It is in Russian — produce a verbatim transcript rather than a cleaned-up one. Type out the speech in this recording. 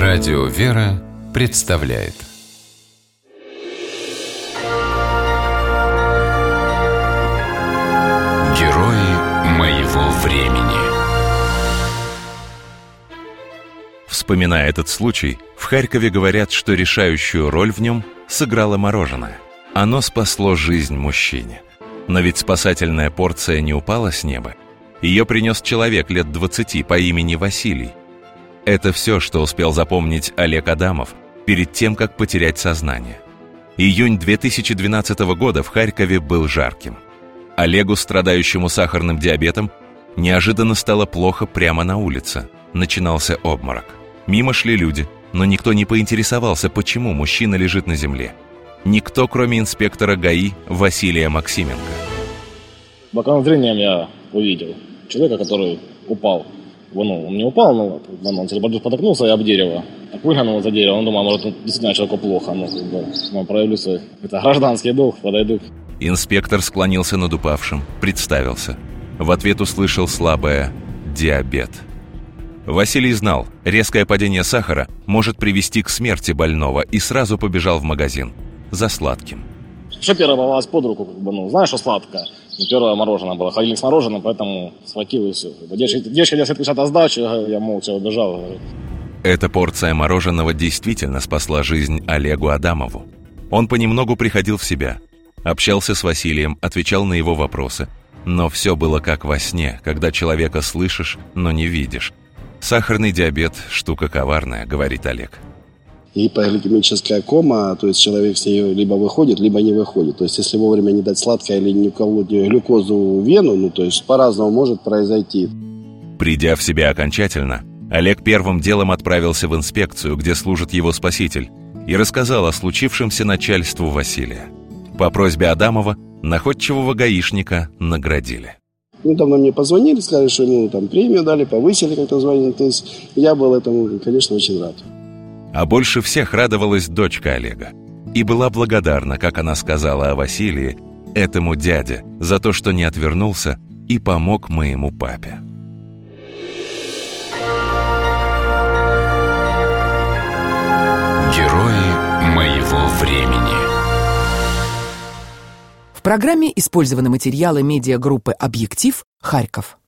Радио «Вера» представляет Герои моего времени. Вспоминая этот случай, в Харькове говорят, что решающую роль в нем сыграло мороженое. Оно спасло жизнь мужчине. Но ведь спасательная порция не упала с неба. Ее принес человек лет двадцати по имени Василий. Это все, что успел запомнить Олег Адамов перед тем, как потерять сознание. Июнь две тысячи двенадцатого года в Харькове был жарким. Олегу, страдающему сахарным диабетом, неожиданно стало плохо прямо на улице. Начинался обморок. Мимо шли люди, но никто не поинтересовался, почему мужчина лежит на земле. Никто, кроме инспектора ГАИ Василия Максименко. Боковым зрением я увидел человека, который упал. Ну, он не упал, но он споткнулся и об дерево. Так выглянул за дерево, он думал, может, действительно человеку плохо. Ну, как бы, ну, проявился это гражданский долг, подойду. Инспектор склонился над упавшим, представился. В ответ услышал слабое «диабет». Василий знал, резкое падение сахара может привести к смерти больного, и сразу побежал в магазин за сладким. Что первое попалось под руку, как бы, ну, знаешь, что сладкое? Первое мороженое было, холодильник с мороженым, поэтому схватил и все. Девочка, девочка десять пятьдесят сдачи, я молча убежал. Эта порция мороженого действительно спасла жизнь Олегу Адамову. Он понемногу приходил в себя, общался с Василием, отвечал на его вопросы. Но все было как во сне, когда человека слышишь, но не видишь. Сахарный диабет – штука коварная, говорит Олег. Гипогликемическая кома, то есть человек с нее либо выходит, либо не выходит. То есть если вовремя не дать сладкое или не вколоть глюкозу в вену, ну то есть по-разному может произойти. Придя в себя окончательно, Олег первым делом отправился в инспекцию, где служит его спаситель, и рассказал о случившемся начальству Василия. По просьбе Адамова находчивого гаишника наградили. Недавно мне позвонили, сказали, что ему там премию дали, повысили, как-то звонили. То есть я был этому, конечно, очень рад. А больше всех радовалась дочка Олега. И была благодарна, как она сказала о Василии, этому дяде, за то, что не отвернулся и помог моему папе. Герои моего времени. В программе использованы материалы медиагруппы «Объектив», Харьков.